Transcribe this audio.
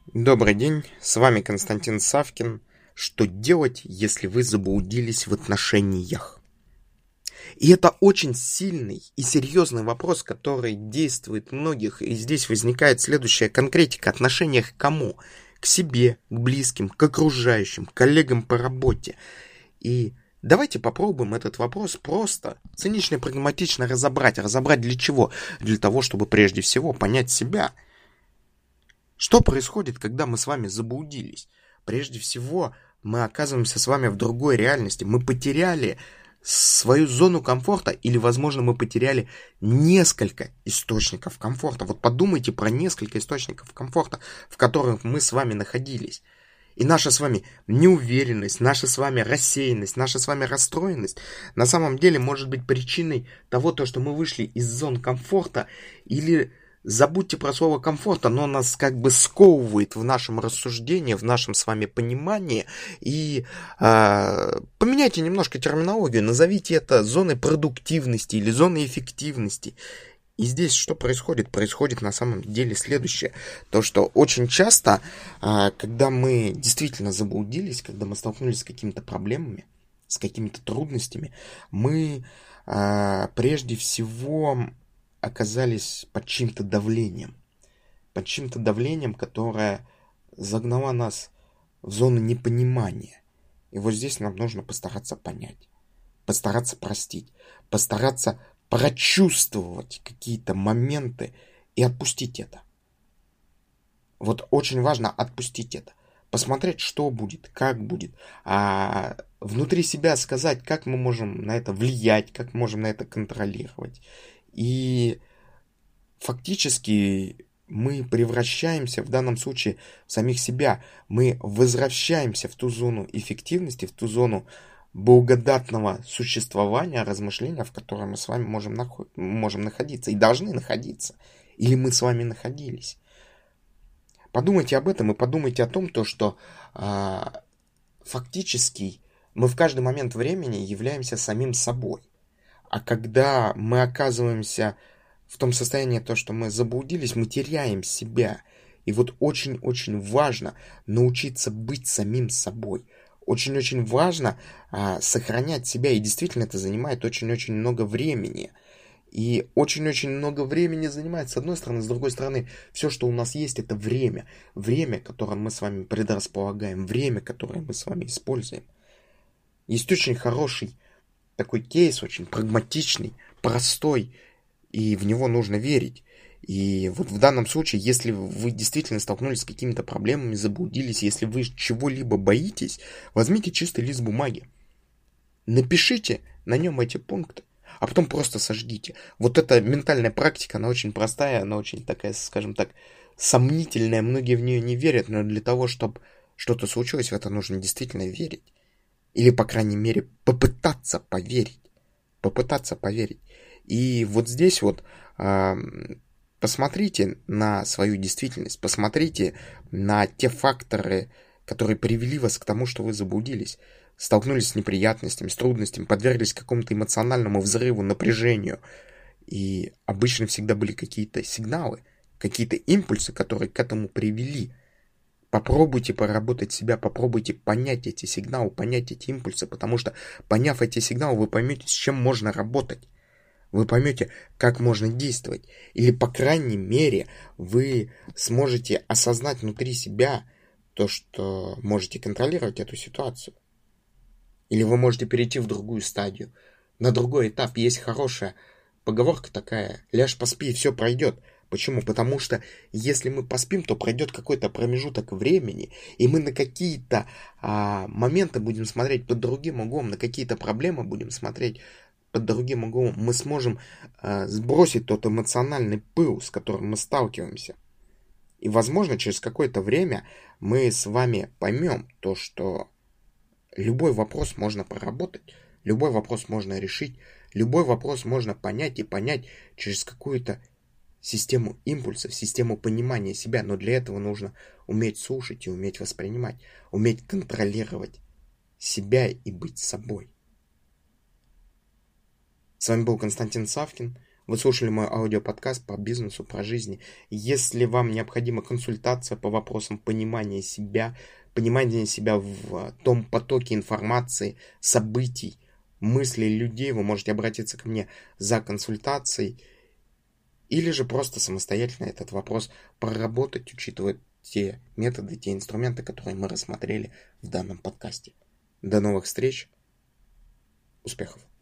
Добрый день, с вами Константин Савкин. Что делать, если вы заблудились в отношениях? И это очень сильный и серьезный вопрос, который действует многих. И здесь возникает следующая конкретика. Отношения к кому? К себе, к близким, к окружающим, к коллегам по работе. И давайте попробуем этот вопрос просто, цинично и прагматично разобрать. Разобрать для чего? Для того, чтобы прежде всего понять себя. Что происходит, когда мы с вами заблудились? Прежде всего, мы оказываемся с вами в другой реальности. Мы потеряли свою зону комфорта или, возможно, мы потеряли несколько источников комфорта. Вот подумайте про несколько источников комфорта, в которых мы с вами находились. И наша с вами неуверенность, наша с вами рассеянность, наша с вами расстроенность на самом деле может быть причиной того, что мы вышли из зон комфорта или... Забудьте про слово комфорт, оно нас как бы сковывает в нашем рассуждении, в нашем с вами понимании. И поменяйте немножко терминологию, назовите это зоной продуктивности или зоной эффективности. И здесь что происходит? Происходит на самом деле следующее. То, что очень часто, когда мы действительно заблудились, когда мы столкнулись с какими-то проблемами, с какими-то трудностями, мы прежде всего... оказались под чьим-то давлением. Под чьим-то давлением, которое загнало нас в зону непонимания. И вот здесь нам нужно постараться понять, постараться простить, постараться прочувствовать какие-то моменты и отпустить это. Вот очень важно отпустить это. Посмотреть, что будет, как будет. А внутри себя сказать, как мы можем на это влиять, как мы можем на это контролировать. И фактически мы превращаемся в данном случае в самих себя. Мы возвращаемся в ту зону эффективности, в ту зону благодатного существования, размышления, в которой мы с вами можем находиться и должны находиться. Или мы с вами находились. Подумайте об этом и подумайте о том, что фактически мы в каждый момент времени являемся самим собой. А когда мы оказываемся в том состоянии, что мы заблудились, мы теряем себя. И вот очень-очень важно научиться быть самим собой. Очень-очень важно сохранять себя. И действительно это занимает очень-очень много времени. И очень-очень много времени занимает с одной стороны, с другой стороны, все, что у нас есть, это время. Время, которое мы с вами предрасполагаем, время, которое мы с вами используем. Есть очень хороший такой кейс, очень прагматичный, простой, и в него нужно верить. И вот в данном случае, если вы действительно столкнулись с какими-то проблемами, заблудились, если вы чего-либо боитесь, возьмите чистый лист бумаги, напишите на нем эти пункты, а потом просто сожгите. Вот эта ментальная практика, она очень простая, она очень такая, скажем так, сомнительная, многие в нее не верят, но для того, чтобы что-то случилось, в это нужно действительно верить. Или, по крайней мере, попытаться поверить. Попытаться поверить. И вот здесь вот посмотрите на свою действительность, посмотрите на те факторы, которые привели вас к тому, что вы заблудились, столкнулись с неприятностями, с трудностями, подверглись какому-то эмоциональному взрыву, напряжению. И обычно всегда были какие-то сигналы, какие-то импульсы, которые к этому привели. Попробуйте поработать себя, попробуйте понять эти сигналы, понять эти импульсы, потому что, поняв эти сигналы, вы поймете, с чем можно работать. Вы поймете, как можно действовать. Или, по крайней мере, вы сможете осознать внутри себя то, что можете контролировать эту ситуацию. Или вы можете перейти в другую стадию. На другой этап есть хорошая поговорка такая: ляжь поспи, и все пройдет. Почему? Потому что если мы поспим, то пройдет какой-то промежуток времени, и мы на какие-то моменты будем смотреть под другим углом, на какие-то проблемы будем смотреть под другим углом. Мы сможем сбросить тот эмоциональный пыл, с которым мы сталкиваемся. И, возможно, через какое-то время мы с вами поймем то, что любой вопрос можно проработать, любой вопрос можно решить, любой вопрос можно понять и понять через какую-то систему импульсов, систему понимания себя. Но для этого нужно уметь слушать и уметь воспринимать, уметь контролировать себя и быть собой. С вами был Константин Савкин. Вы слушали мой аудиоподкаст по бизнесу, про жизнь. Если вам необходима консультация по вопросам понимания себя в том потоке информации, событий, мыслей людей, вы можете обратиться ко мне за консультацией или же просто самостоятельно этот вопрос проработать, учитывая те методы, те инструменты, которые мы рассмотрели в данном подкасте. До новых встреч! Успехов!